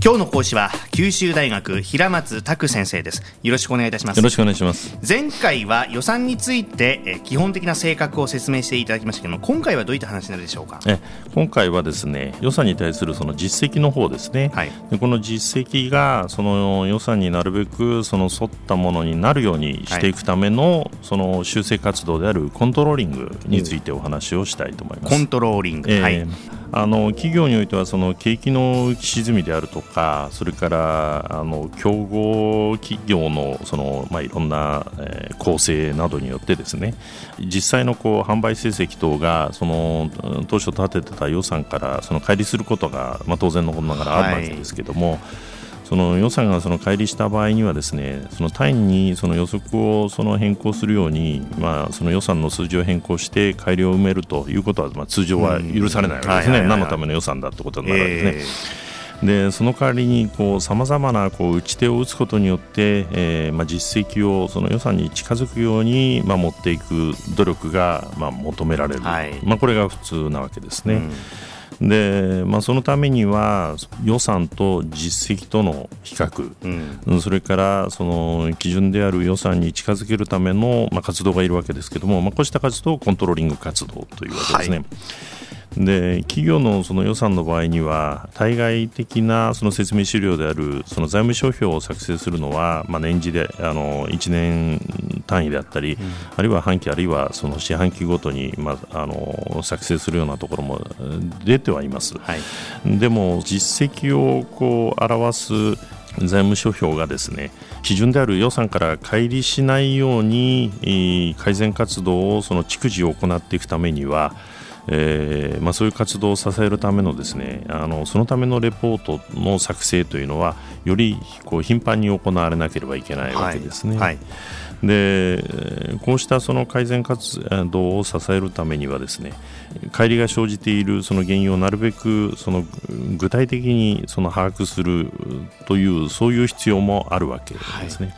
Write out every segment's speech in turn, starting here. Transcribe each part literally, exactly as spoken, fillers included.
今日の講師は九州大学平松卓先生です。よろしくお願いいたします。 よろしくお願いします。 前回は予算について基本的な性格を説明していただきましたけども、今回はどういった話になるでしょうか。 え今回はですね、予算に対するその実績の方ですね、はい、でこの実績がその予算になるべくその沿ったものになるようにしていくための、はい、その修正活動であるコントローリングについてお話をしたいと思います。 コントローリング、 えーはいあの企業においてはその景気の浮き沈みであるとか、それからあの競合企業のその、まあ、いろんな、えー、構成などによってですね、実際のこう販売成績等がその当初立ててた予算からその乖離することが、まあ、当然のことながらあるわけですけども、はい、その予算がその乖離した場合にはですね、その単位にその予測をその変更するように、まあ、その予算の数字を変更して乖離を埋めるということは、まあ、通常は許されないわけですね。何のための予算だということになるわけですね。えー、でその代わりにさまざまなこう打ち手を打つことによって、えーまあ、実績をその予算に近づくように、まあ、持っていく努力が、まあ、求められる、はい、まあ、これが普通なわけですね。うんでまあ、そのためには予算と実績との比較、うん、それからその基準である予算に近づけるための、まあ、活動がいるわけですけども、まあ、こうした活動をコントローリング活動というわけですね。はい、で企業のその予算の場合には対外的なその説明資料であるその財務諸表を作成するのは、まあ、年次であのいちねん単位であったり、うん、あるいは半期あるいはその四半期ごとに、まあ、あの作成するようなところも出てはいます。はい、でも実績をこう表す財務諸表がですね、基準である予算から乖離しないように改善活動をその逐次行っていくためには、えーまあ、そういう活動を支えるためのですね、あのそのためのレポートの作成というのはよりこう頻繁に行われなければいけないわけですね。はいはい、でこうしたその改善活動を支えるためにはですね、乖離が生じているその原因をなるべくその具体的にその把握するというそういう必要もあるわけですね。はい、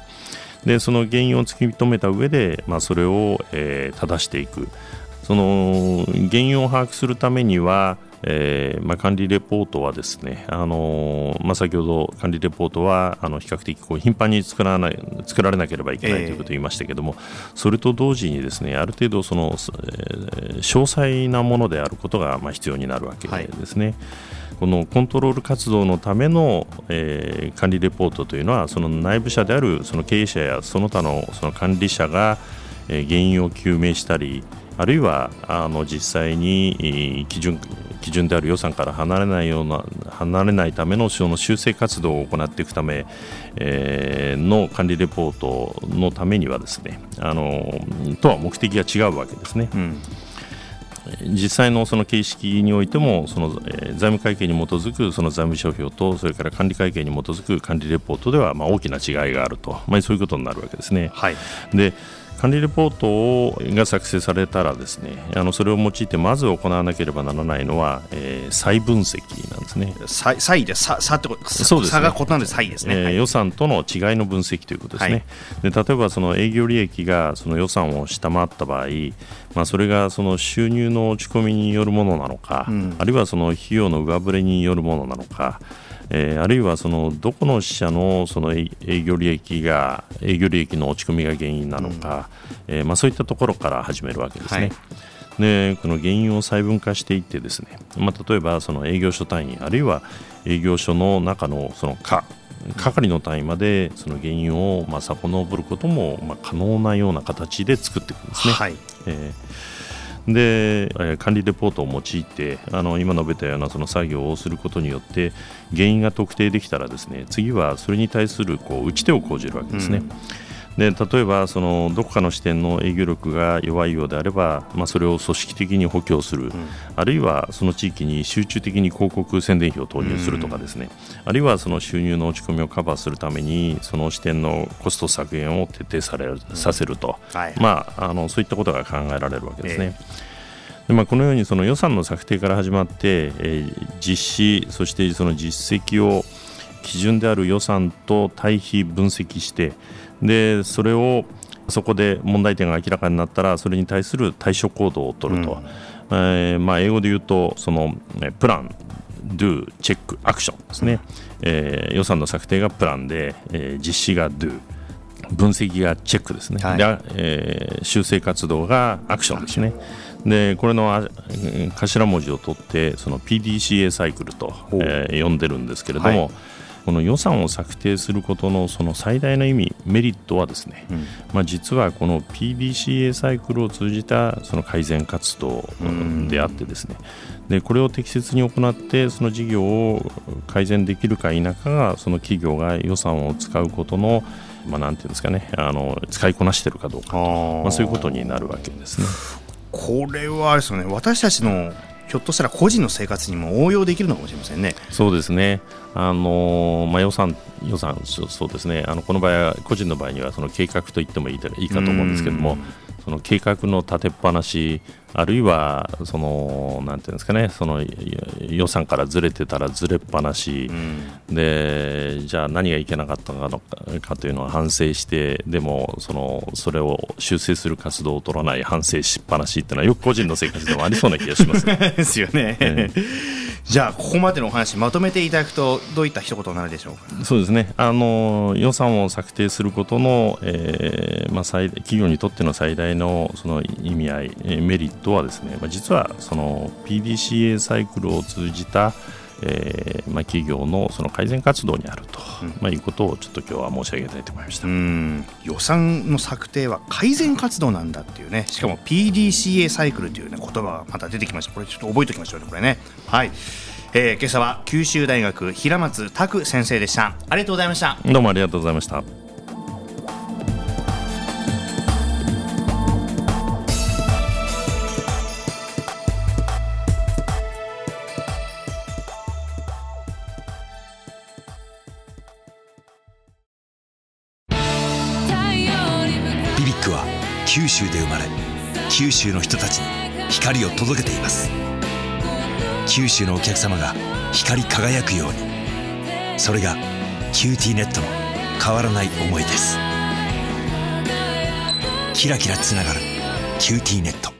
でその原因を突き止めた上で、まあ、それを、えー、正していく。その原因を把握するためには、えーまあ、管理レポートはですね、あのーまあ、先ほど管理レポートはあの比較的こう頻繁に作らない作られなければいけないということを言いましたけれども、えー、それと同時にですね、ある程度その、えー、詳細なものであることがまあ必要になるわけですね。はい、このコントロール活動のための、えー、管理レポートというのは、その内部者であるその経営者やその他のその管理者が、えー、原因を究明したり、あるいはあの実際に基準、基準である予算から離れないような離れないためのその修正活動を行っていくため、えー、の管理レポートのためにはですね、あのとは目的が違うわけですね。うん、実際のその形式においてもその、えー、財務会計に基づくその財務諸表と、それから管理会計に基づく管理レポートではまあ大きな違いがあると、まあ、そういうことになるわけですね。はい、で管理レポートをが作成されたらですね、あのそれを用いてまず行わなければならないのは、えー、再分析なんですね。 再差で差差ってことそうですね、 差が異なる差異ですね。 えーはい、予算との違いの分析ということですね。はい、で例えばその営業利益がその予算を下回った場合、まあ、それがその収入の落ち込みによるものなのか、うん、あるいはその費用の上振れによるものなのか、えー、あるいはそのどこの支社のその営業利益が営業利益の落ち込みが原因なのか、うんえーまあ、そういったところから始めるわけですね。はい、でこの原因を細分化していってですね、まあ、例えばその営業所単位、あるいは営業所の中のその課係の単位までその原因をまあ遡ることもまあ可能なような形で作っていくんですね。はいえーで管理レポートを用いてあの今述べたようなその作業をすることによって原因が特定できたらですね、次はそれに対するこう打ち手を講じるわけですね。うんで例えばそのどこかの支店の営業力が弱いようであれば、まあ、それを組織的に補強する、うん、あるいはその地域に集中的に広告宣伝費を投入するとかですね、うん、あるいはその収入の落ち込みをカバーするためにその支店のコスト削減を徹底される、うん、させると、はいまあ、あのそういったことが考えられるわけですね。えーでまあ、このようにその予算の策定から始まって、えー、実施そしてその実績を基準である予算と対比分析してでそれをそこで問題点が明らかになったらそれに対する対処行動を取ると、うんえーまあ、英語で言うとそのプラン Do、チェック、アクションですね、えー、予算の策定がプランで、えー、実施が Do、分析がチェックですね、はい、で、えー、修正活動がアクションですね。でこれの頭文字を取ってその ピーディーシーエー サイクルと、えー、呼んでるんですけれども、はい、この予算を策定することのその最大の意味メリットはですね、うんまあ、実はこの ピーディーシーエー サイクルを通じたその改善活動であってですね、でこれを適切に行ってその事業を改善できるか否かがその企業が予算を使うことのまあ、なんていうんですかね、あの使いこなしているかどうかと、まあ、そういうことになるわけですね。 これはあれですよね、私たちのひょっとしたら個人の生活にも応用できるのかもしれませんね。 そうですね、あの、まあ、予算予算そうですね、あのこの場合は個人の場合にはその計画と言ってもいい、いいかと思うんですけども、その計画の立てっぱなし、あるいはそのなんていうんですかね、その予算からずれてたらずれっぱなし、うん、でじゃあ何がいけなかったのかというのは反省して、でもそのそれを修正する活動を取らない反省しっぱなしっていうのはよく個人の生活でもありそうな気がしますね。 ですよね、えー、じゃあここまでのお話まとめていただくとどういった一言になるでしょうか。 そうですね、あの予算を策定することの、えーまあ、最企業にとっての最大のその意味合いメリットはですね、まあ、実はその ピーディーシーエー サイクルを通じた、えーまあ、企業のその改善活動にあると、うんまあ、いうことをちょっと今日は申し上げたいと思いました。 うん、予算の策定は改善活動なんだっていうね、しかも ピーディーシーエー サイクルという、ね、言葉がまた出てきました。これちょっと覚えておきましょうね、これね。はい、えー、今朝は九州大学平松卓先生でした。ありがとうございました。 どうもありがとうございました。 ビビックは九州で生まれ、九州の人たちに光を届けています。九州のお客様が光り輝くように、それがキューティーネットの変わらない思いです。キラキラつながるキューティーネット。